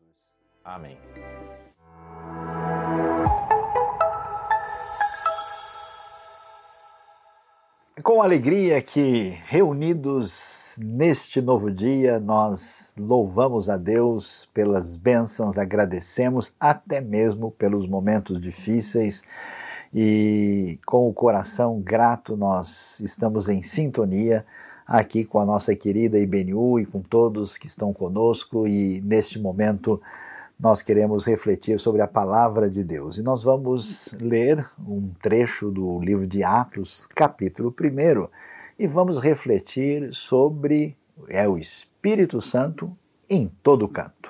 Amém. Com alegria que, reunidos neste novo dia, nós louvamos a Deus pelas bênçãos, agradecemos até mesmo pelos momentos difíceis e com o coração grato nós estamos em sintonia aqui com a nossa querida IBNU e com todos que estão conosco, e neste momento nós queremos refletir sobre a palavra de Deus. E nós vamos ler um trecho do livro de Atos, capítulo 1, e vamos refletir sobre o Espírito Santo em todo canto.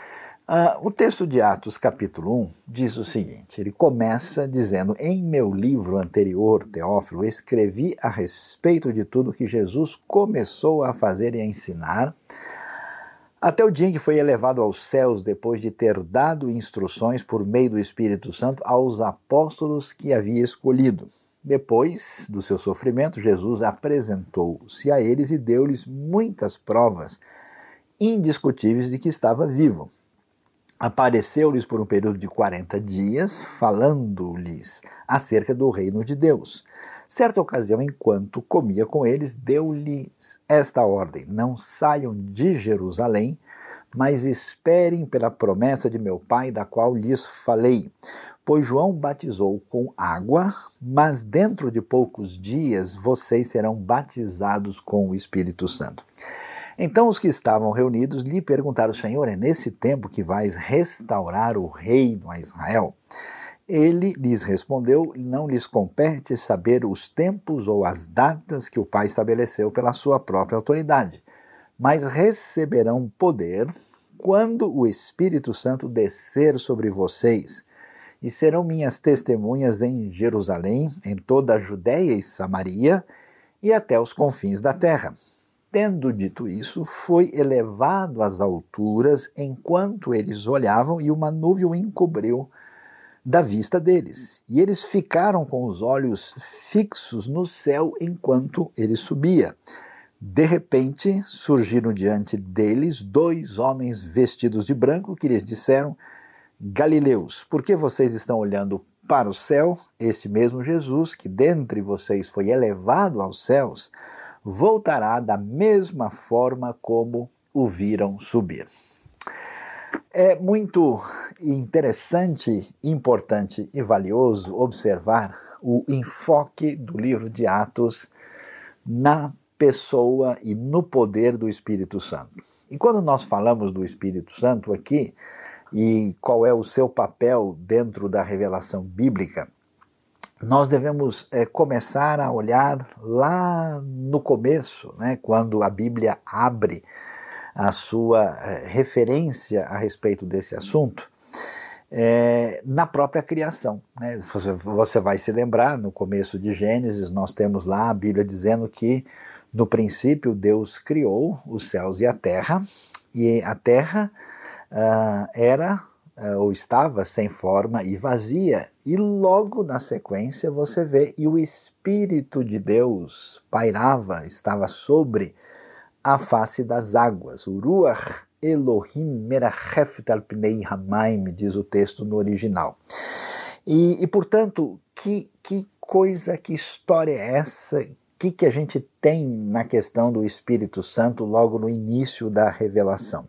O texto de Atos, capítulo 1, diz o seguinte, ele começa dizendo: em meu livro anterior, Teófilo, escrevi a respeito de tudo que Jesus começou a fazer e a ensinar, até o dia em que foi elevado aos céus, depois de ter dado instruções por meio do Espírito Santo aos apóstolos que havia escolhido. Depois do seu sofrimento, Jesus apresentou-se a eles e deu-lhes muitas provas indiscutíveis de que estava vivo. Apareceu-lhes por um período de 40 dias, falando-lhes acerca do reino de Deus. Certa ocasião, enquanto comia com eles, deu-lhes esta ordem: não saiam de Jerusalém, mas esperem pela promessa de meu Pai, da qual lhes falei. Pois João batizou com água, mas dentro de poucos dias vocês serão batizados com o Espírito Santo. Então os que estavam reunidos lhe perguntaram: Senhor, é nesse tempo que vais restaurar o reino a Israel? Ele lhes respondeu: não lhes compete saber os tempos ou as datas que o Pai estabeleceu pela sua própria autoridade, mas receberão poder quando o Espírito Santo descer sobre vocês, e serão minhas testemunhas em Jerusalém, em toda a Judéia e Samaria e até os confins da terra. Tendo dito isso, foi elevado às alturas enquanto eles olhavam, e uma nuvem o encobriu da vista deles, e eles ficaram com os olhos fixos no céu enquanto ele subia. De repente, surgiram diante deles 2 homens vestidos de branco que lhes disseram: Galileus, por que vocês estão olhando para o céu? Este mesmo Jesus, que dentre vocês foi elevado aos céus, voltará da mesma forma como o viram subir. É muito interessante, importante e valioso observar o enfoque do livro de Atos na pessoa e no poder do Espírito Santo. E quando nós falamos do Espírito Santo aqui, e qual é o seu papel dentro da revelação bíblica, nós devemos começar a olhar lá no começo, né, quando a Bíblia abre a sua referência a respeito desse assunto, na própria criação. Né? Você vai se lembrar, no começo de Gênesis, nós temos lá a Bíblia dizendo que no princípio Deus criou os céus e a terra era ou estava sem forma e vazia, e logo na sequência você vê, e o Espírito de Deus pairava, estava sobre a face das águas. Ruach Elohim merachef al pnei hamaim, diz o texto no original. E portanto, que coisa, que história é essa? O que a gente tem na questão do Espírito Santo logo no início da revelação?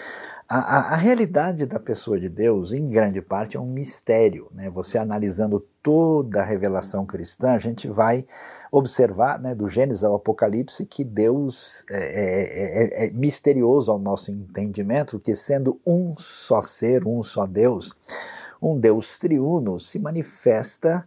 A realidade da pessoa de Deus, em grande parte, é um mistério. Né? Você analisando toda a revelação cristã, a gente vai observar, né, do Gênesis ao Apocalipse, que Deus é misterioso ao nosso entendimento, que sendo um só ser, um só Deus, um Deus triuno, se manifesta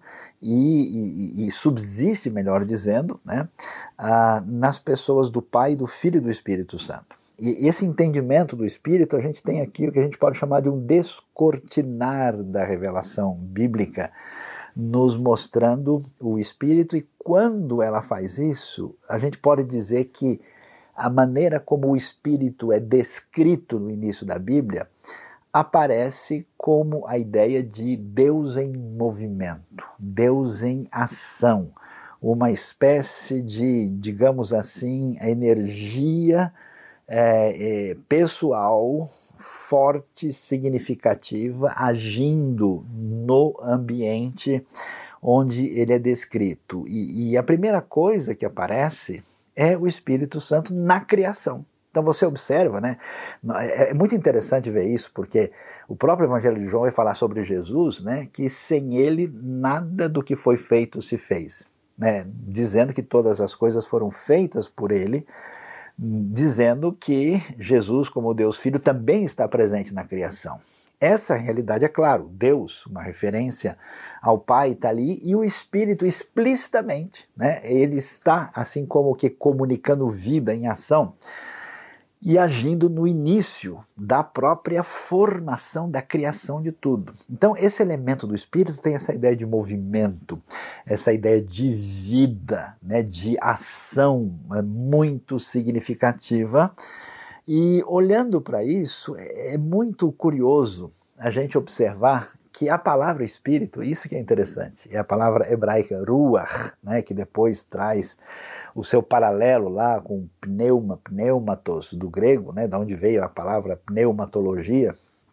e subsiste, melhor dizendo, né, nas pessoas do Pai, do Filho e do Espírito Santo. E esse entendimento do Espírito, a gente tem aqui o que a gente pode chamar de um descortinar da revelação bíblica, nos mostrando o Espírito, e quando ela faz isso, a gente pode dizer que a maneira como o Espírito é descrito no início da Bíblia aparece como a ideia de Deus em movimento, Deus em ação, uma espécie de, digamos assim, energia pessoal, forte, significativa, agindo no ambiente onde ele é descrito. E a primeira coisa que aparece é o Espírito Santo na criação. Então você observa, né? É muito interessante ver isso, porque o próprio Evangelho de João vai falar sobre Jesus, né? Que sem ele nada do que foi feito se fez, né? Dizendo que todas as coisas foram feitas por ele, dizendo que Jesus, como Deus Filho, também está presente na criação. Essa realidade é claro, Deus, uma referência ao Pai, está ali, e o Espírito explicitamente, né? Ele está, assim como que comunicando vida em ação, e agindo no início da própria formação da criação de tudo. Então esse elemento do Espírito tem essa ideia de movimento, essa ideia de vida, né, de ação muito significativa. E olhando para isso, é muito curioso a gente observar que a palavra Espírito, isso que é interessante, é a palavra hebraica ruach, né, que depois traz o seu paralelo lá com pneumatos do grego, né, da onde veio a palavra pneumatologia.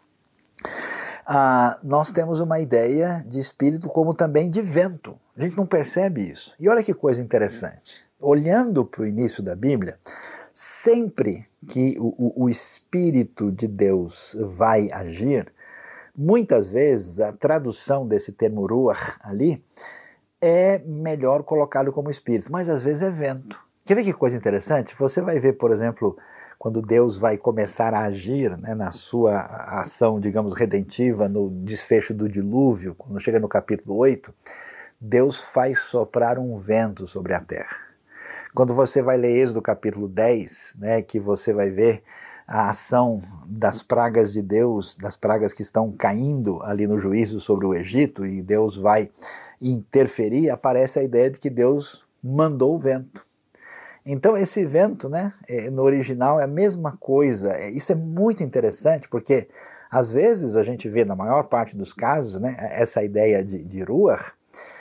Nós temos uma ideia de espírito como também de vento. A gente não percebe isso. E olha que coisa interessante. Olhando para o início da Bíblia, sempre que o Espírito de Deus vai agir, muitas vezes a tradução desse termo ruach ali é melhor colocado como espírito, mas às vezes é vento. Quer ver que coisa interessante? Você vai ver, por exemplo, quando Deus vai começar a agir, né, na sua ação, digamos, redentiva, no desfecho do dilúvio, quando chega no capítulo 8, Deus faz soprar um vento sobre a terra. Quando você vai ler Êxodo capítulo 10, né, que você vai ver a ação das pragas de Deus, das pragas que estão caindo ali no juízo sobre o Egito, e Deus vai interferir, aparece a ideia de que Deus mandou o vento. Então esse vento, né, no original é a mesma coisa. Isso é muito interessante, porque às vezes a gente vê, na maior parte dos casos, né, essa ideia de ruach,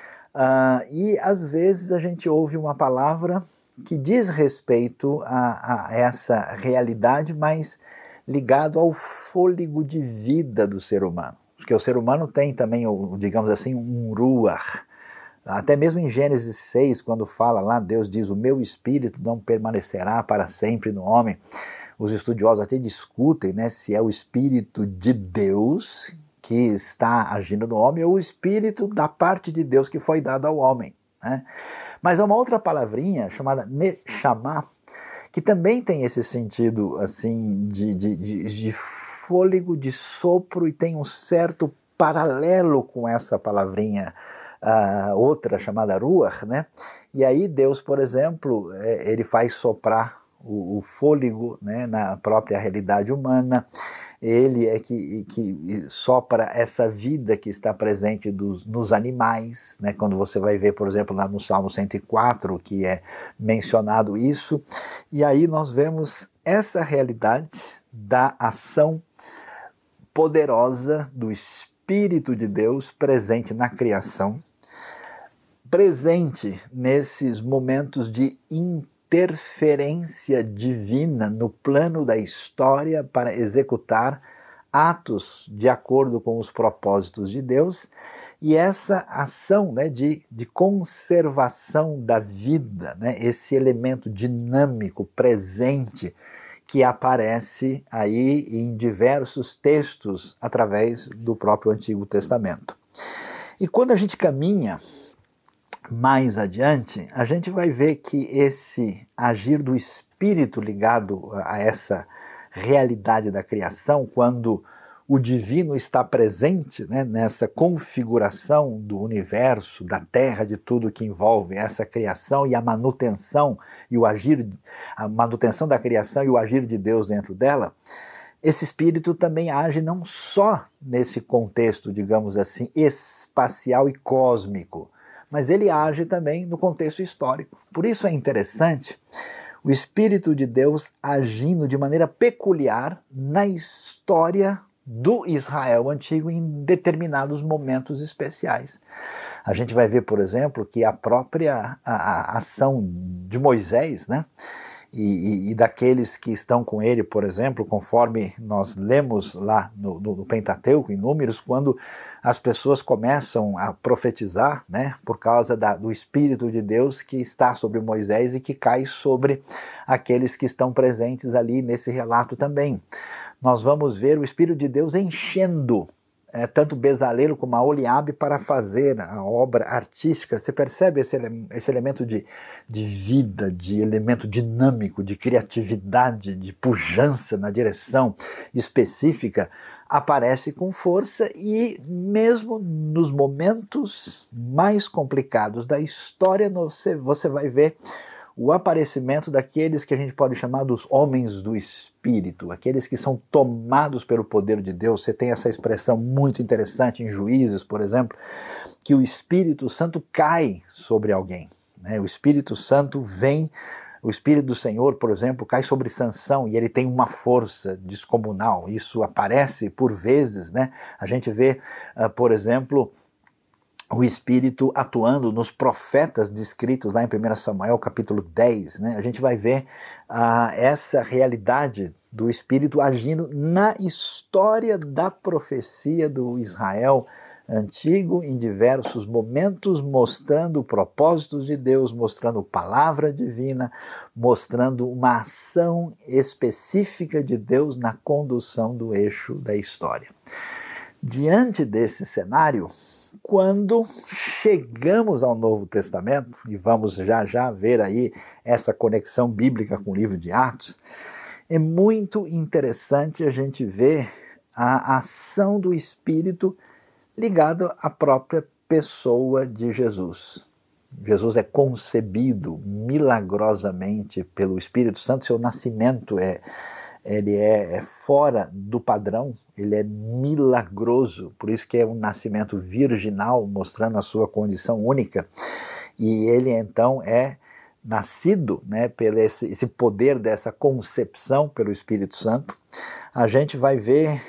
e às vezes a gente ouve uma palavra que diz respeito a essa realidade, mas ligado ao fôlego de vida do ser humano. Porque o ser humano tem também, digamos assim, um ruach. Até mesmo em Gênesis 6, quando fala lá, Deus diz, o meu espírito não permanecerá para sempre no homem. Os estudiosos até discutem, né, se é o espírito de Deus que está agindo no homem ou o espírito da parte de Deus que foi dado ao homem, né? Mas há uma outra palavrinha chamada neshama, que também tem esse sentido assim de fôlego, de sopro, e tem um certo paralelo com essa palavrinha outra chamada ruach, né? E aí Deus, por exemplo, ele faz soprar o fôlego, né, na própria realidade humana. Ele é que sopra essa vida que está presente nos animais, né? Quando você vai ver, por exemplo, lá no Salmo 104, que é mencionado isso, e aí nós vemos essa realidade da ação poderosa do Espírito de Deus presente na criação, presente nesses momentos de interferência divina no plano da história para executar atos de acordo com os propósitos de Deus, e essa ação, né, de conservação da vida, né, esse elemento dinâmico presente que aparece aí em diversos textos através do próprio Antigo Testamento. E quando a gente caminha mais adiante, a gente vai ver que esse agir do Espírito ligado a essa realidade da criação, quando o divino está presente, né, nessa configuração do universo, da terra, de tudo que envolve essa criação e a manutenção e o agir, a manutenção da criação e o agir de Deus dentro dela, esse Espírito também age não só nesse contexto, digamos assim, espacial e cósmico, mas ele age também no contexto histórico. Por isso é interessante o Espírito de Deus agindo de maneira peculiar na história do Israel antigo em determinados momentos especiais. A gente vai ver, por exemplo, que a própria ação de Moisés, né, e daqueles que estão com ele, por exemplo, conforme nós lemos lá no Pentateuco, em Números, quando as pessoas começam a profetizar, né, por causa do Espírito de Deus que está sobre Moisés e que cai sobre aqueles que estão presentes ali nesse relato também. Nós vamos ver o Espírito de Deus enchendo tanto Bezalel como a Oliabe para fazer a obra artística. Você percebe esse elemento de vida, de elemento dinâmico, de criatividade, de pujança na direção específica, aparece com força e mesmo nos momentos mais complicados da história você vai ver o aparecimento daqueles que a gente pode chamar dos homens do Espírito, aqueles que são tomados pelo poder de Deus. Você tem essa expressão muito interessante em Juízes, por exemplo, que o Espírito Santo cai sobre alguém, né? O Espírito Santo vem, o Espírito do Senhor, por exemplo, cai sobre Sansão e ele tem uma força descomunal. Isso aparece por vezes, né? A gente vê, por exemplo, o Espírito atuando nos profetas descritos lá em 1 Samuel capítulo 10, né? A gente vai ver essa realidade do Espírito agindo na história da profecia do Israel antigo, em diversos momentos, mostrando propósitos de Deus, mostrando palavra divina, mostrando uma ação específica de Deus na condução do eixo da história. Diante desse cenário, quando chegamos ao Novo Testamento, e vamos já ver aí essa conexão bíblica com o livro de Atos, é muito interessante a gente ver a ação do Espírito ligada à própria pessoa de Jesus. Jesus é concebido milagrosamente pelo Espírito Santo, seu nascimento ele é fora do padrão, ele é milagroso, por isso que é um nascimento virginal, mostrando a sua condição única, e ele então é nascido, né, pelo esse poder dessa concepção pelo Espírito Santo. A gente vai ver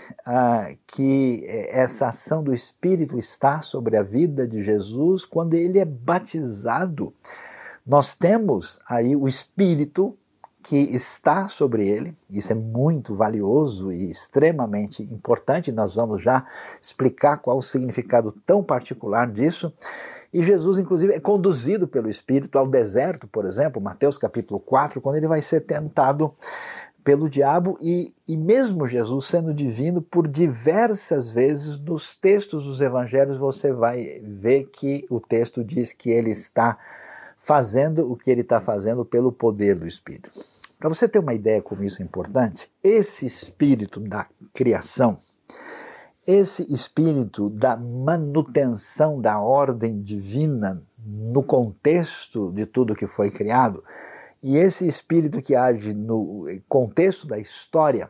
que essa ação do Espírito está sobre a vida de Jesus quando ele é batizado. Nós temos aí o Espírito que está sobre ele, isso é muito valioso e extremamente importante, nós vamos já explicar qual o significado tão particular disso, e Jesus inclusive é conduzido pelo Espírito ao deserto, por exemplo, Mateus capítulo 4, quando ele vai ser tentado pelo diabo, e mesmo Jesus sendo divino, por diversas vezes nos textos dos evangelhos você vai ver que o texto diz que ele está fazendo o que ele está fazendo pelo poder do Espírito. Para você ter uma ideia como isso é importante, esse Espírito da criação, esse Espírito da manutenção da ordem divina no contexto de tudo que foi criado, e esse Espírito que age no contexto da história,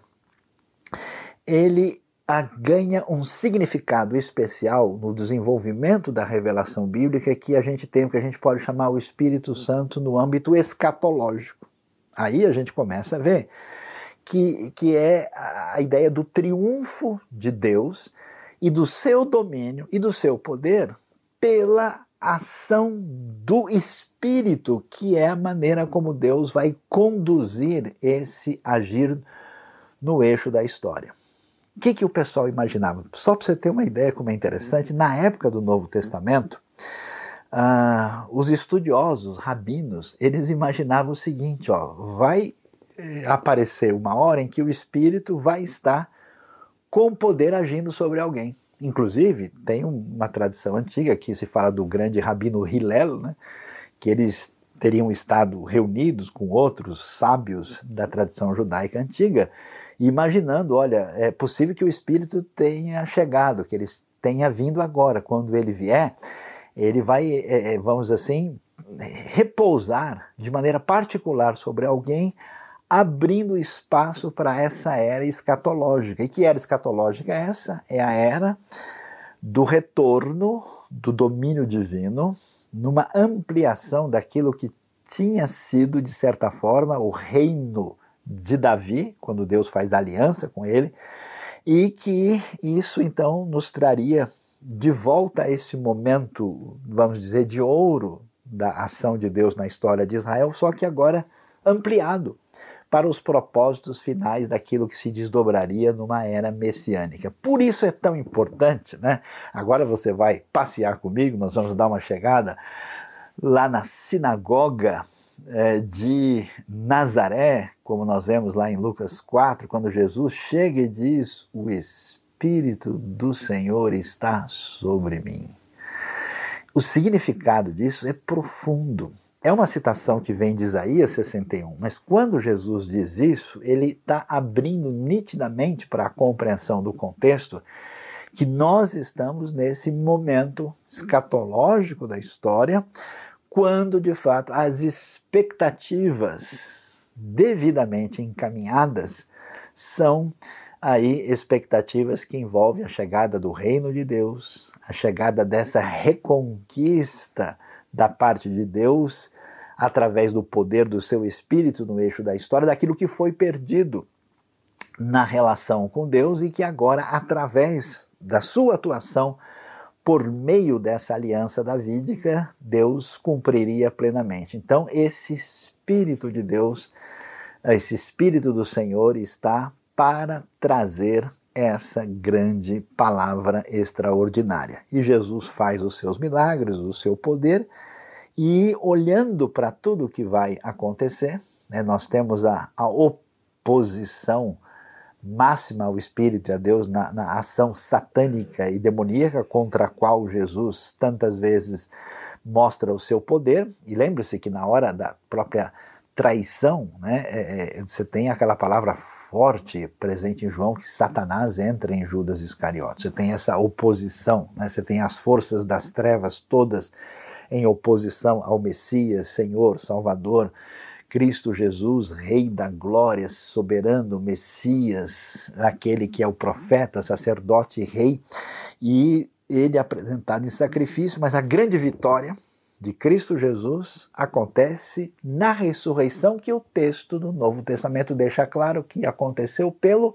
ele ganha um significado especial no desenvolvimento da revelação bíblica, que a gente tem o que a gente pode chamar o Espírito Santo no âmbito escatológico. Aí a gente começa a ver que é a ideia do triunfo de Deus e do seu domínio e do seu poder pela ação do Espírito, que é a maneira como Deus vai conduzir esse agir no eixo da história. O que o pessoal imaginava? Só para você ter uma ideia como é interessante, na época do Novo Testamento, os estudiosos, rabinos, eles imaginavam o seguinte, vai aparecer uma hora em que o Espírito vai estar com poder agindo sobre alguém. Inclusive, tem uma tradição antiga que se fala do grande rabino Hillel, né, que eles teriam estado reunidos com outros sábios da tradição judaica antiga, imaginando, olha, é possível que o Espírito tenha chegado, que ele tenha vindo agora. Quando ele vier, ele vai, vamos assim, repousar de maneira particular sobre alguém, abrindo espaço para essa era escatológica. E que era escatológica? Essa é a era do retorno do domínio divino, numa ampliação daquilo que tinha sido, de certa forma, o reino de Davi, quando Deus faz aliança com ele, e que isso então nos traria de volta a esse momento, vamos dizer, de ouro da ação de Deus na história de Israel, só que agora ampliado para os propósitos finais daquilo que se desdobraria numa era messiânica. Por isso é tão importante, né? Agora você vai passear comigo, nós vamos dar uma chegada lá na sinagoga de Nazaré, como nós vemos lá em Lucas 4, quando Jesus chega e diz: o Espírito do Senhor está sobre mim. O significado disso é profundo. É uma citação que vem de Isaías 61, mas quando Jesus diz isso, ele está abrindo nitidamente para a compreensão do contexto que nós estamos nesse momento escatológico da história, quando de fato as expectativas devidamente encaminhadas são aí expectativas que envolvem a chegada do reino de Deus, a chegada dessa reconquista da parte de Deus, através do poder do seu Espírito no eixo da história, daquilo que foi perdido na relação com Deus e que agora, através da sua atuação, por meio dessa aliança davídica, Deus cumpriria plenamente. Então, esse Espírito de Deus, esse Espírito do Senhor está para trazer essa grande palavra extraordinária. E Jesus faz os seus milagres, o seu poder, e olhando para tudo o que vai acontecer, né, nós temos a oposição máxima ao Espírito e a Deus na ação satânica e demoníaca contra a qual Jesus tantas vezes mostra o seu poder. E lembre-se que na hora da própria traição, né, você tem aquela palavra forte presente em João, que Satanás entra em Judas Iscariote. Você tem essa oposição, né, você tem as forças das trevas todas em oposição ao Messias, Senhor, Salvador, Cristo Jesus, Rei da glória, soberano, Messias, aquele que é o profeta, sacerdote e rei, e ele é apresentado em sacrifício, mas a grande vitória de Cristo Jesus acontece na ressurreição, que o texto do Novo Testamento deixa claro que aconteceu pelo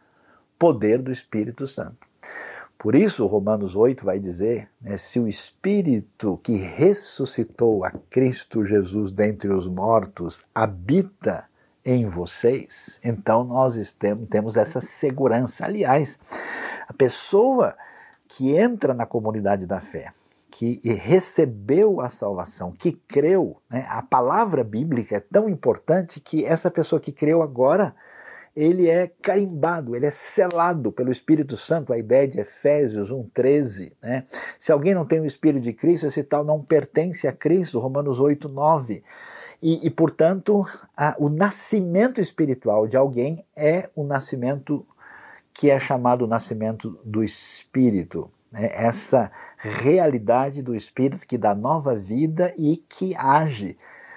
poder do Espírito Santo. Por isso, Romanos 8 vai dizer, né, se o Espírito que ressuscitou a Cristo Jesus dentre os mortos habita em vocês, então nós temos essa segurança. Aliás, a pessoa que entra na comunidade da fé, que recebeu a salvação, que creu, né, a palavra bíblica é tão importante que essa pessoa que creu agora, ele é carimbado, ele é selado pelo Espírito Santo, a ideia de Efésios 1,13, né? Se alguém não tem o Espírito de Cristo, esse tal não pertence a Cristo, Romanos 8,9. E portanto, o nascimento espiritual de alguém é o nascimento que é chamado o nascimento do Espírito, né? Essa realidade do Espírito que dá nova vida e que age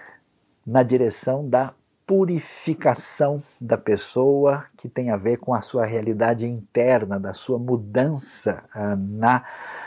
na direção da purificação da pessoa, que tem a ver com a sua realidade interna, da sua mudança na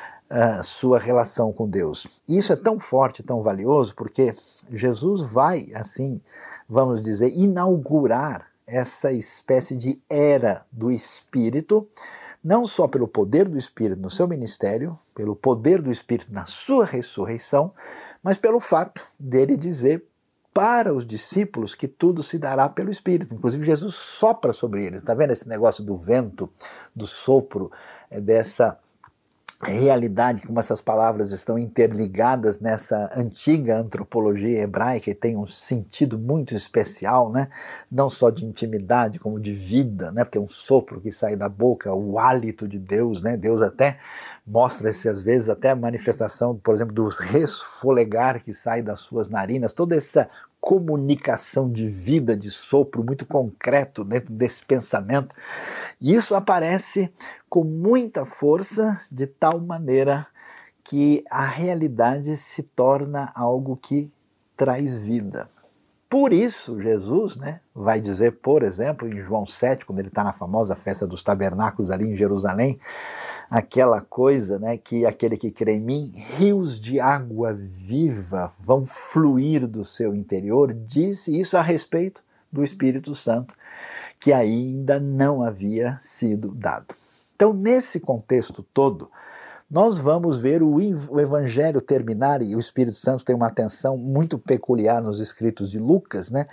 sua relação com Deus. E isso é tão forte, tão valioso, porque Jesus vai, assim, vamos dizer, inaugurar essa espécie de era do Espírito, não só pelo poder do Espírito no seu ministério, pelo poder do Espírito na sua ressurreição, mas pelo fato dele dizer para os discípulos que tudo se dará pelo Espírito. Inclusive Jesus sopra sobre eles. Está vendo esse negócio do vento, do sopro, dessa realidade, como essas palavras estão interligadas nessa antiga antropologia hebraica e tem um sentido muito especial, né? Não só de intimidade, como de vida, né? Porque é um sopro que sai da boca, o hálito de Deus, né? Deus até mostra-se às vezes até a manifestação, por exemplo, dos resfolegar que sai das suas narinas, toda essa comunicação de vida, de sopro muito concreto dentro desse pensamento. E isso aparece com muita força, de tal maneira que a realidade se torna algo que traz vida. Por isso, Jesus, né, vai dizer, por exemplo, em João 7, quando ele está na famosa festa dos tabernáculos ali em Jerusalém, aquela coisa, né, que aquele que crê em mim, rios de água viva vão fluir do seu interior, disse isso a respeito do Espírito Santo, que ainda não havia sido dado. Então, nesse contexto todo, nós vamos ver o Evangelho terminar, e o Espírito Santo tem uma atenção muito peculiar nos escritos de Lucas, né,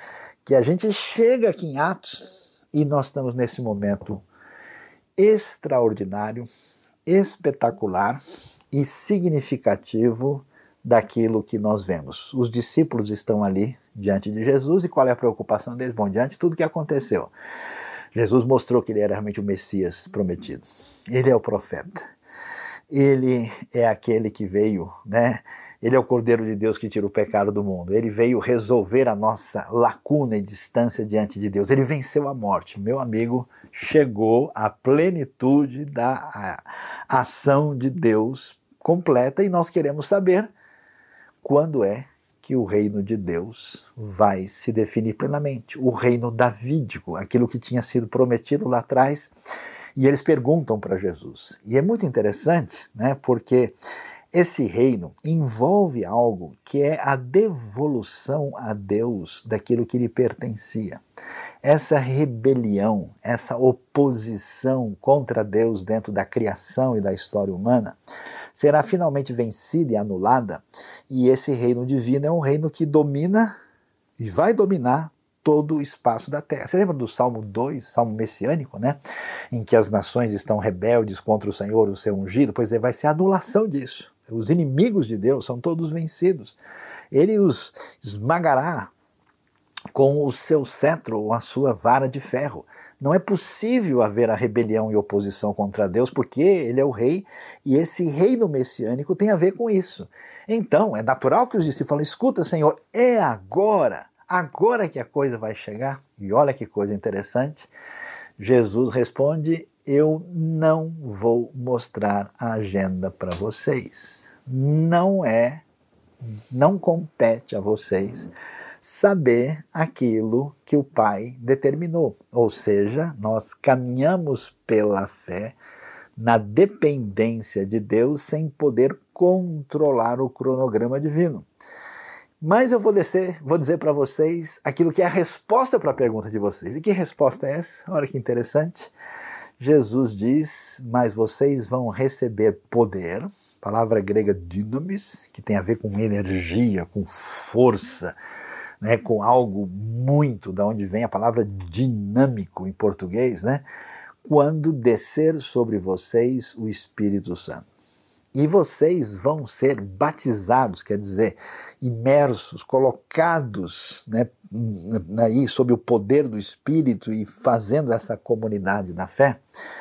que a gente chega aqui em Atos e nós estamos nesse momento extraordinário, espetacular e significativo daquilo que nós vemos. Os discípulos estão ali diante de Jesus e qual é a preocupação deles? Bom, diante de tudo que aconteceu, Jesus mostrou que ele era realmente o Messias prometido. Ele é o profeta. Ele é aquele que veio, né? Ele é o Cordeiro de Deus que tira o pecado do mundo. Ele veio resolver a nossa lacuna e distância diante de Deus. Ele venceu a morte. Meu amigo, chegou a plenitude da ação de Deus completa e nós queremos saber quando é que o reino de Deus vai se definir plenamente. O reino davídico, aquilo que tinha sido prometido lá atrás. E eles perguntam para Jesus. E é muito interessante, né, porque esse reino envolve algo que é a devolução a Deus daquilo que lhe pertencia. Essa rebelião, essa oposição contra Deus dentro da criação e da história humana será finalmente vencida e anulada, e esse reino divino é um reino que domina e vai dominar todo o espaço da terra. Você lembra do Salmo 2, Salmo messiânico, né? Em que as nações estão rebeldes contra o Senhor, o seu ungido? Pois é, vai ser a anulação disso. Os inimigos de Deus são todos vencidos. Ele os esmagará com o seu cetro ou a sua vara de ferro. Não é possível haver a rebelião e oposição contra Deus, porque ele é o rei, e esse reino messiânico tem a ver com isso. Então, é natural que os discípulos falem, escuta, Senhor, é agora que a coisa vai chegar. E olha que coisa interessante, Jesus responde, eu não vou mostrar a agenda para vocês. Não compete a vocês saber aquilo que o Pai determinou. Ou seja, nós caminhamos pela fé na dependência de Deus sem poder controlar o cronograma divino. Mas eu vou dizer para vocês aquilo que é a resposta para a pergunta de vocês. E que resposta é essa? Olha que interessante. Jesus diz, mas vocês vão receber poder, palavra grega dynamis, que tem a ver com energia, com força, né, com algo muito, da onde vem a palavra dinâmico em português, né, quando descer sobre vocês o Espírito Santo. E vocês vão ser batizados, quer dizer, imersos, colocados, né, aí sob o poder do Espírito e fazendo essa comunidade da fé.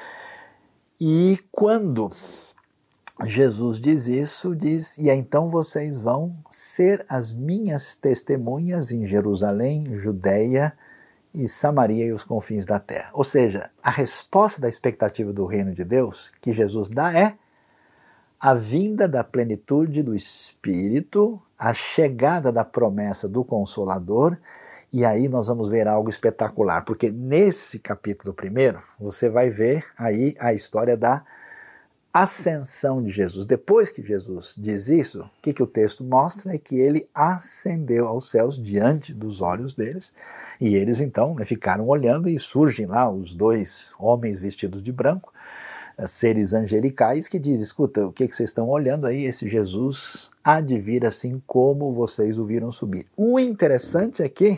E quando Jesus diz isso, e então vocês vão ser as minhas testemunhas em Jerusalém, Judeia e Samaria e os confins da terra. Ou seja, a resposta da expectativa do reino de Deus que Jesus dá é a vinda da plenitude do Espírito, a chegada da promessa do Consolador, e aí nós vamos ver algo espetacular, porque nesse capítulo 1 você vai ver aí a história da ascensão de Jesus. Depois que Jesus diz isso, o que o texto mostra é que ele ascendeu aos céus diante dos olhos deles, e eles então, né, ficaram olhando e surgem lá os dois homens vestidos de branco, seres angelicais que dizem, escuta, o que vocês estão olhando aí? Esse Jesus há de vir assim como vocês o viram subir. O interessante é que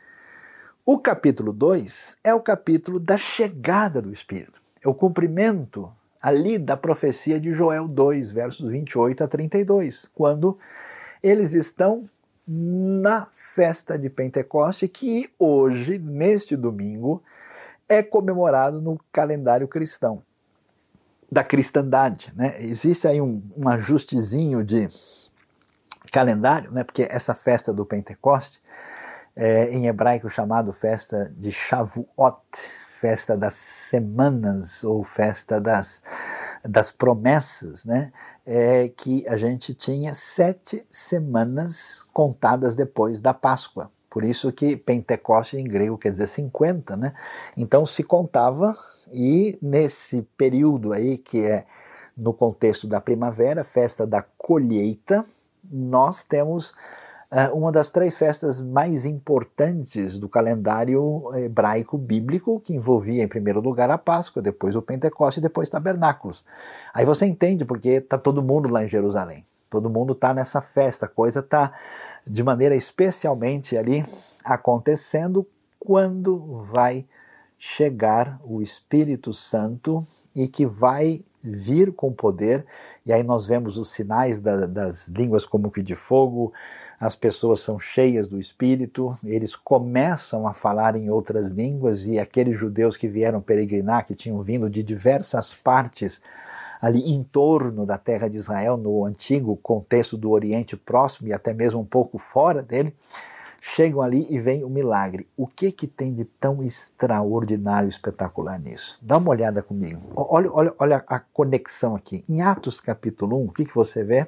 o capítulo 2 é o capítulo da chegada do Espírito. É o cumprimento ali da profecia de Joel 2, versos 28 a 32, quando eles estão na festa de Pentecoste, que hoje, neste domingo, é comemorado no calendário cristão, da cristandade, né? Existe aí um ajustezinho de calendário, né? Porque essa festa do Pentecoste, em hebraico chamado festa de Shavuot, festa das semanas ou festa das promessas, né? Que a gente tinha 7 semanas contadas depois da Páscoa. Por isso que Pentecoste em grego quer dizer 50, né? Então se contava, e nesse período aí, que é no contexto da primavera, festa da colheita, nós temos uma das 3 festas mais importantes do calendário hebraico bíblico, que envolvia em primeiro lugar a Páscoa, depois o Pentecoste e depois Tabernáculos. Aí você entende porque está todo mundo lá em Jerusalém. todo mundo está nessa festa, a coisa está de maneira especialmente ali acontecendo quando vai chegar o Espírito Santo e que vai vir com poder, e aí nós vemos os sinais das línguas como que de fogo, as pessoas são cheias do Espírito, eles começam a falar em outras línguas, e aqueles judeus que vieram peregrinar, que tinham vindo de diversas partes ali em torno da terra de Israel, no antigo contexto do Oriente Próximo e até mesmo um pouco fora dele, chegam ali e vem o milagre. O que tem de tão extraordinário e espetacular nisso? Dá uma olhada comigo. Olha a conexão aqui. Em Atos capítulo 1, o que você vê?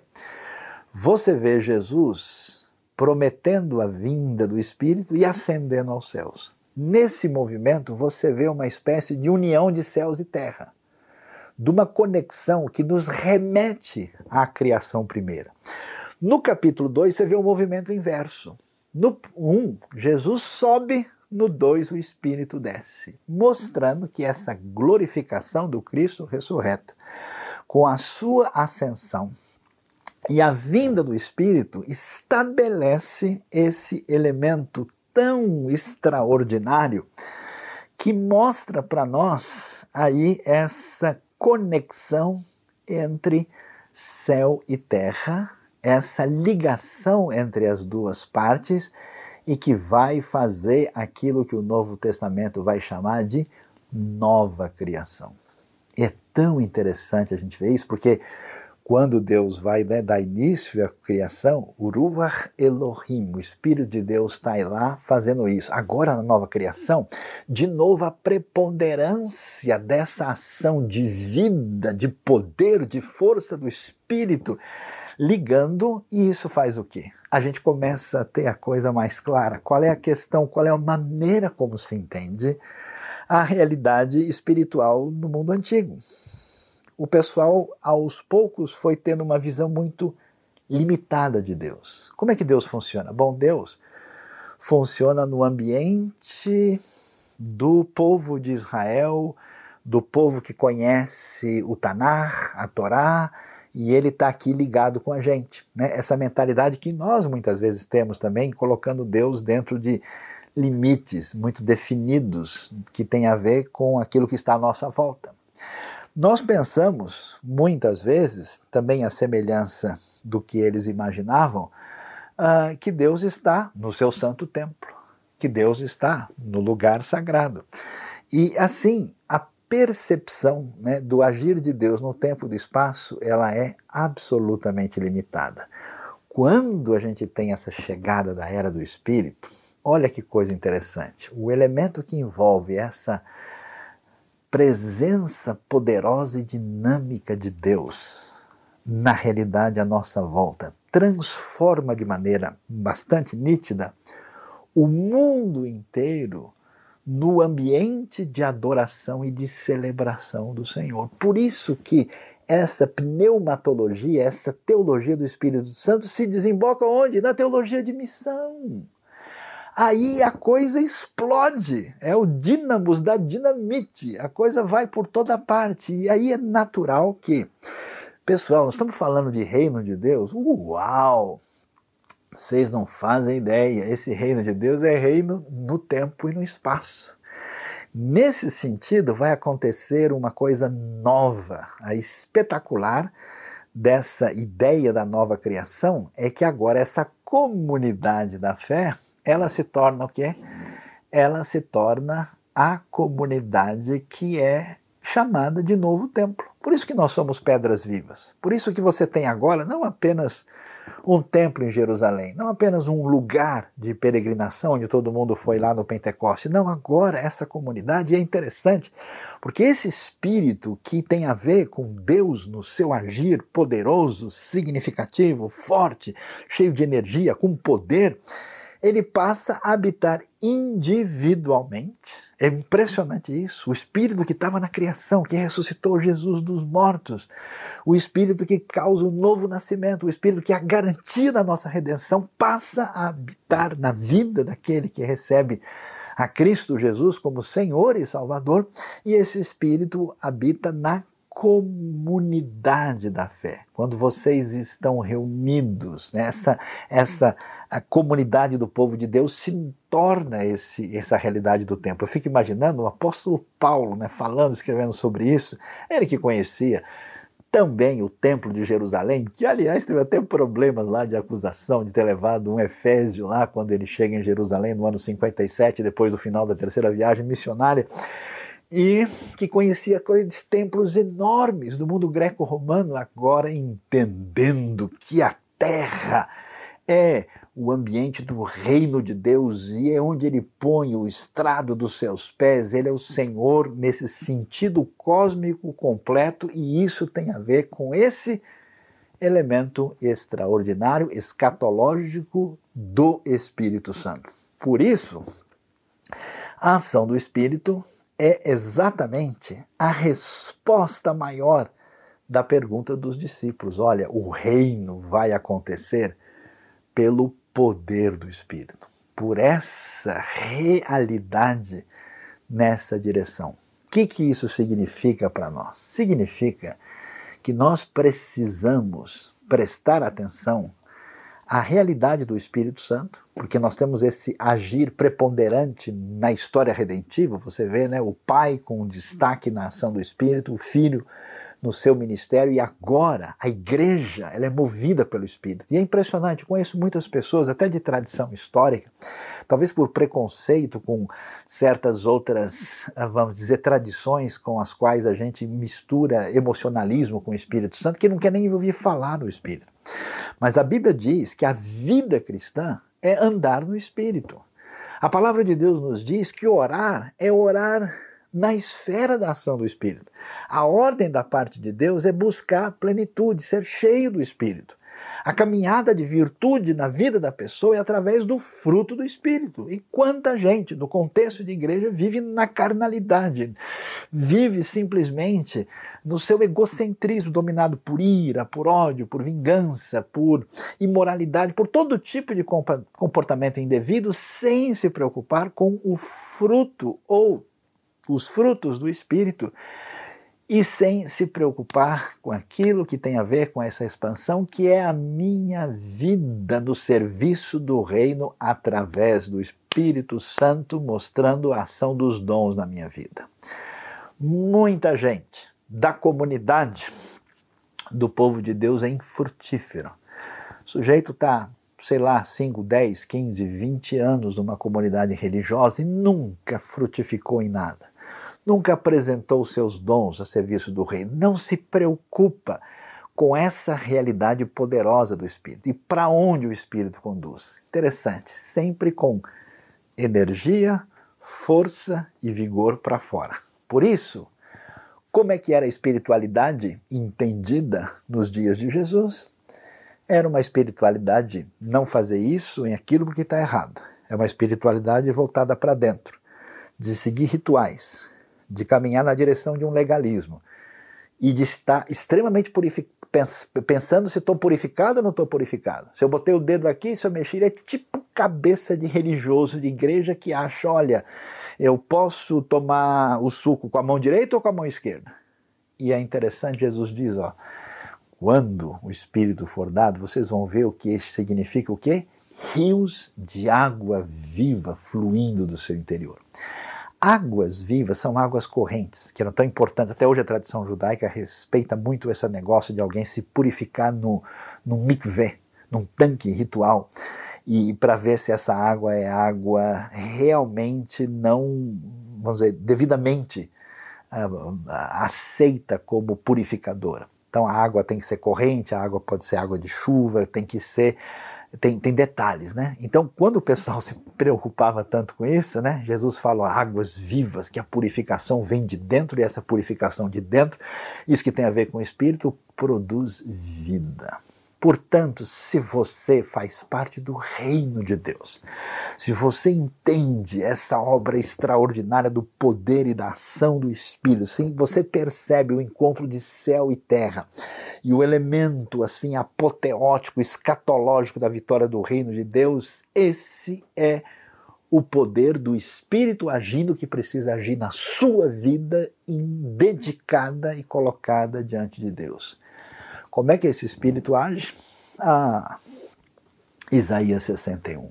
Você vê Jesus prometendo a vinda do Espírito e ascendendo aos céus. Nesse movimento você vê uma espécie de união de céus e terra, de uma conexão que nos remete à criação primeira. No capítulo 2 você vê o movimento inverso. No 1, Jesus sobe, no 2 o Espírito desce, mostrando que essa glorificação do Cristo ressurreto, com a sua ascensão e a vinda do Espírito, estabelece esse elemento tão extraordinário que mostra para nós aí essa conexão entre céu e terra, essa ligação entre as duas partes e que vai fazer aquilo que o Novo Testamento vai chamar de nova criação. É tão interessante a gente ver isso, porque quando Deus vai dar início à criação, o Ruach Elohim, o Espírito de Deus está lá fazendo isso. Agora na nova criação, de novo a preponderância dessa ação de vida, de poder, de força do Espírito, ligando, e isso faz o quê? A gente começa a ter a coisa mais clara. Qual é a questão, qual é a maneira como se entende a realidade espiritual no mundo antigo? O pessoal, aos poucos, foi tendo uma visão muito limitada de Deus. Como é que Deus funciona? Bom, Deus funciona no ambiente do povo de Israel, do povo que conhece o Tanar, a Torá, e ele está aqui ligado com a gente, né? Essa mentalidade que nós muitas vezes temos também, colocando Deus dentro de limites muito definidos, que tem a ver com aquilo que está à nossa volta. Nós pensamos, muitas vezes, também a semelhança do que eles imaginavam, que Deus está no seu santo templo, que Deus está no lugar sagrado. E assim, a percepção, né, do agir de Deus no tempo e do espaço, ela é absolutamente limitada. Quando a gente tem essa chegada da era do Espírito, olha que coisa interessante, o elemento que envolve essa presença poderosa e dinâmica de Deus na realidade à nossa volta transforma de maneira bastante nítida o mundo inteiro no ambiente de adoração e de celebração do Senhor. Por isso que essa pneumatologia, essa teologia do Espírito Santo se desemboca onde? Na teologia de missão. Aí a coisa explode, é o dínamos da dinamite, a coisa vai por toda parte, e aí é natural que, pessoal, nós estamos falando de reino de Deus, uau, vocês não fazem ideia, esse reino de Deus é reino no tempo e no espaço. Nesse sentido vai acontecer uma coisa nova, a espetacular dessa ideia da nova criação, é que agora essa comunidade da fé, ela se torna o quê? Ela se torna a comunidade que é chamada de novo templo. Por isso que nós somos pedras vivas. Por isso que você tem agora não apenas um templo em Jerusalém, não apenas um lugar de peregrinação onde todo mundo foi lá no Pentecoste. Não, agora essa comunidade é interessante, porque esse espírito que tem a ver com Deus no seu agir poderoso, significativo, forte, cheio de energia, com poder, ele passa a habitar individualmente. É impressionante isso. O Espírito que estava na criação, que ressuscitou Jesus dos mortos, o Espírito que causa o novo nascimento, o Espírito que é a garantia da nossa redenção, passa a habitar na vida daquele que recebe a Cristo Jesus como Senhor e Salvador, e esse Espírito habita na comunidade da fé. Quando vocês estão reunidos, né, a comunidade do povo de Deus se torna essa realidade do templo. Eu fico imaginando o apóstolo Paulo, né, falando, escrevendo sobre isso, ele que conhecia também o templo de Jerusalém, que aliás teve até problemas lá de acusação de ter levado um efésio lá quando ele chega em Jerusalém no ano 57, depois do final da terceira viagem missionária, e que conhecia aqueles templos enormes do mundo greco-romano, agora entendendo que a terra é o ambiente do reino de Deus e é onde ele põe o estrado dos seus pés. Ele é o Senhor nesse sentido cósmico completo, e isso tem a ver com esse elemento extraordinário, escatológico do Espírito Santo. Por isso, a ação do Espírito é exatamente a resposta maior da pergunta dos discípulos. Olha, o reino vai acontecer pelo poder do Espírito, por essa realidade nessa direção. O que isso significa para nós? Significa que nós precisamos prestar atenção à realidade do Espírito Santo, porque nós temos esse agir preponderante na história redentiva. Você vê, né, o Pai com destaque na ação do Espírito, o Filho no seu ministério, e agora a igreja ela é movida pelo Espírito. E é impressionante, conheço muitas pessoas, até de tradição histórica, talvez por preconceito com certas outras, vamos dizer, tradições com as quais a gente mistura emocionalismo com o Espírito Santo, que não quer nem ouvir falar no Espírito. Mas a Bíblia diz que a vida cristã é andar no Espírito. A palavra de Deus nos diz que orar é orar na esfera da ação do Espírito. A ordem da parte de Deus é buscar plenitude, ser cheio do Espírito. A caminhada de virtude na vida da pessoa é através do fruto do Espírito. E quanta gente, no contexto de igreja, vive na carnalidade, vive simplesmente no seu egocentrismo, dominado por ira, por ódio, por vingança, por imoralidade, por todo tipo de comportamento indevido, sem se preocupar com o fruto ou os frutos do Espírito, e sem se preocupar com aquilo que tem a ver com essa expansão, que é a minha vida no serviço do reino através do Espírito Santo, mostrando a ação dos dons na minha vida. Muita gente da comunidade do povo de Deus é infrutífero. O sujeito está, sei lá, 5, 10, 15, 20 anos numa comunidade religiosa e nunca frutificou em nada. Nunca apresentou seus dons a serviço do reino. Não se preocupa com essa realidade poderosa do Espírito. E para onde o Espírito conduz? Interessante, sempre com energia, força e vigor para fora. Por isso, como é que era a espiritualidade entendida nos dias de Jesus? Era uma espiritualidade não fazer isso em aquilo porque está errado. É uma espiritualidade voltada para dentro, de seguir rituais, de caminhar na direção de um legalismo e de estar extremamente pensando se estou purificado ou não estou purificado. Se eu botei o dedo aqui, se eu mexer, é tipo cabeça de religioso de igreja que acha, olha, eu posso tomar o suco com a mão direita ou com a mão esquerda? E é interessante, Jesus diz, ó, quando o Espírito for dado, vocês vão ver o que significa o quê? Rios de água viva fluindo do seu interior. Águas vivas são águas correntes, que eram tão importantes. Até hoje a tradição judaica respeita muito esse negócio de alguém se purificar num mikveh, num tanque ritual, e para ver se essa água é água realmente não, vamos dizer, devidamente aceita como purificadora. Então a água tem que ser corrente, a água pode ser água de chuva, tem que ser... Tem detalhes, né? Então, quando o pessoal se preocupava tanto com isso, né? Jesus fala águas vivas, que a purificação vem de dentro, e essa purificação de dentro, isso que tem a ver com o Espírito, produz vida. Portanto, se você faz parte do reino de Deus, se você entende essa obra extraordinária do poder e da ação do Espírito, se você percebe o encontro de céu e terra e o elemento assim apoteótico, escatológico da vitória do reino de Deus, esse é o poder do Espírito agindo que precisa agir na sua vida, dedicada e colocada diante de Deus. Como é que esse Espírito age? Isaías 61.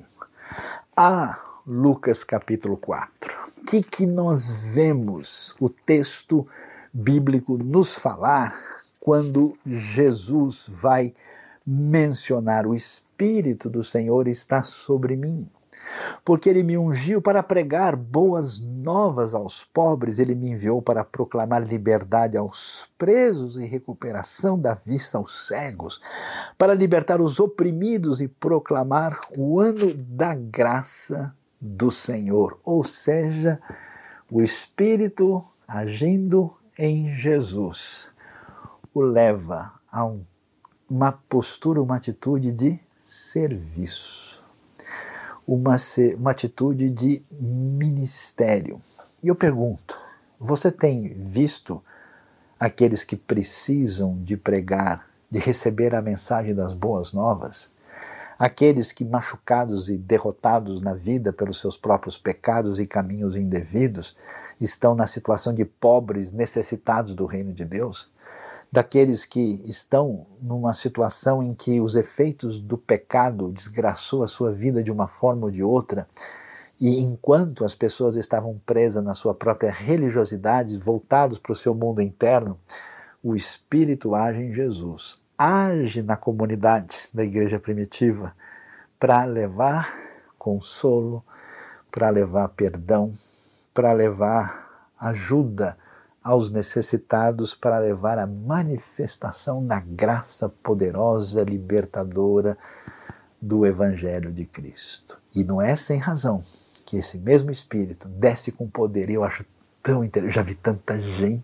Lucas capítulo 4. O que nós vemos o texto bíblico nos falar quando Jesus vai mencionar o Espírito do Senhor está sobre mim? Porque ele me ungiu para pregar boas novas aos pobres, ele me enviou para proclamar liberdade aos presos e recuperação da vista aos cegos, para libertar os oprimidos e proclamar o ano da graça do Senhor. Ou seja, o Espírito agindo em Jesus o leva a uma postura, uma atitude de serviço. Uma atitude de ministério. E eu pergunto, você tem visto aqueles que precisam de pregar, de receber a mensagem das boas novas? Aqueles que, machucados e derrotados na vida pelos seus próprios pecados e caminhos indevidos, estão na situação de pobres necessitados do reino de Deus? Daqueles que estão numa situação em que os efeitos do pecado desgraçou a sua vida de uma forma ou de outra, e enquanto as pessoas estavam presas na sua própria religiosidade, voltados para o seu mundo interno, o Espírito age em Jesus, age na comunidade da igreja primitiva para levar consolo, para levar perdão, para levar ajuda aos necessitados, para levar a manifestação da graça poderosa, libertadora do Evangelho de Cristo. E não é sem razão que esse mesmo Espírito desce com poder. E eu acho tão interessante, já vi tanta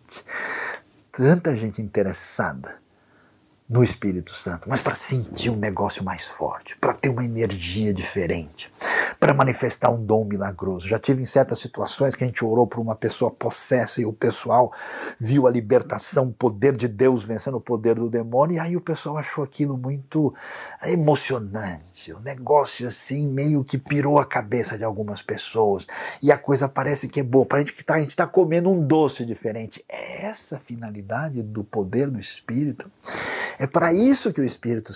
gente interessada no Espírito Santo, mas para sentir um negócio mais forte, para ter uma energia diferente, para manifestar um dom milagroso. Já tive em certas situações que a gente orou por uma pessoa possessa e o pessoal viu a libertação, o poder de Deus vencendo o poder do demônio, e aí o pessoal achou aquilo muito emocionante, um negócio assim meio que pirou a cabeça de algumas pessoas, e a coisa parece que é boa, para a gente está comendo um doce diferente. É essa a finalidade do poder do Espírito. É para isso que o Espírito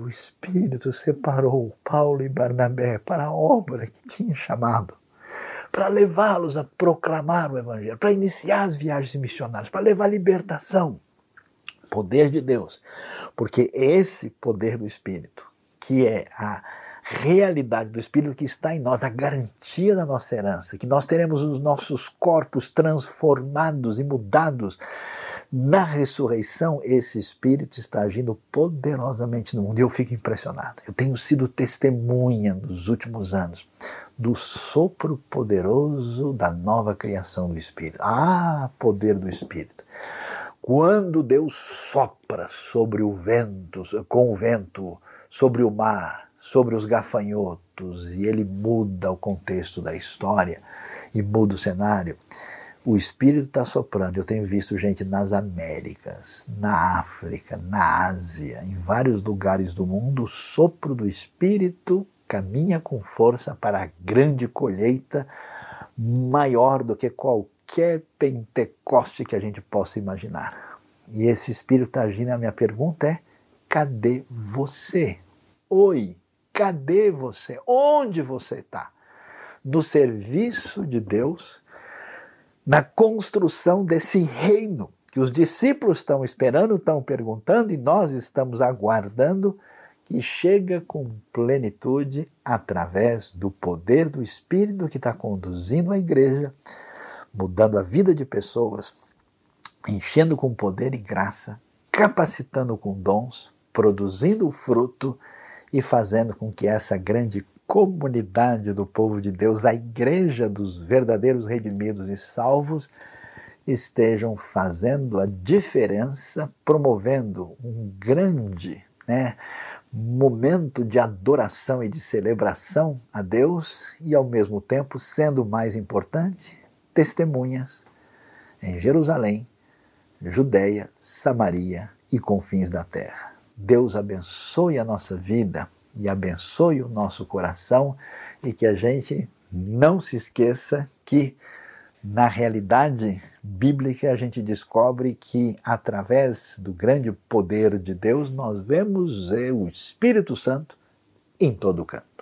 separou Paulo e Barnabé para a obra que tinha chamado, para levá-los a proclamar o Evangelho, para iniciar as viagens missionárias, para levar libertação. Poder de Deus. Porque esse poder do Espírito, que é a realidade do Espírito que está em nós, a garantia da nossa herança, que nós teremos os nossos corpos transformados e mudados na ressurreição, esse Espírito está agindo poderosamente no mundo. E eu fico impressionado. Eu tenho sido testemunha nos últimos anos do sopro poderoso da nova criação do Espírito. Poder do Espírito. Quando Deus sopra sobre o vento, com o vento, sobre o mar, sobre os gafanhotos, e ele muda o contexto da história e muda o cenário, o Espírito está soprando. Eu tenho visto gente nas Américas, na África, na Ásia, em vários lugares do mundo. O sopro do Espírito caminha com força para a grande colheita, maior do que qualquer Pentecoste que a gente possa imaginar. E esse Espírito está agindo. A minha pergunta é: cadê você? Oi, cadê você? Onde você está? No serviço de Deus, na construção desse reino que os discípulos estão esperando, estão perguntando, e nós estamos aguardando que chega com plenitude através do poder do Espírito que está conduzindo a igreja, mudando a vida de pessoas, enchendo com poder e graça, capacitando com dons, produzindo o fruto e fazendo com que essa grande comunidade do povo de Deus, a igreja dos verdadeiros redimidos e salvos, estejam fazendo a diferença, promovendo um grande momento de adoração e de celebração a Deus e, ao mesmo tempo, sendo mais importante, testemunhas em Jerusalém, Judeia, Samaria e confins da terra. Deus abençoe a nossa vida e abençoe o nosso coração, e que a gente não se esqueça que, na realidade bíblica, a gente descobre que, através do grande poder de Deus, nós vemos o Espírito Santo em todo canto.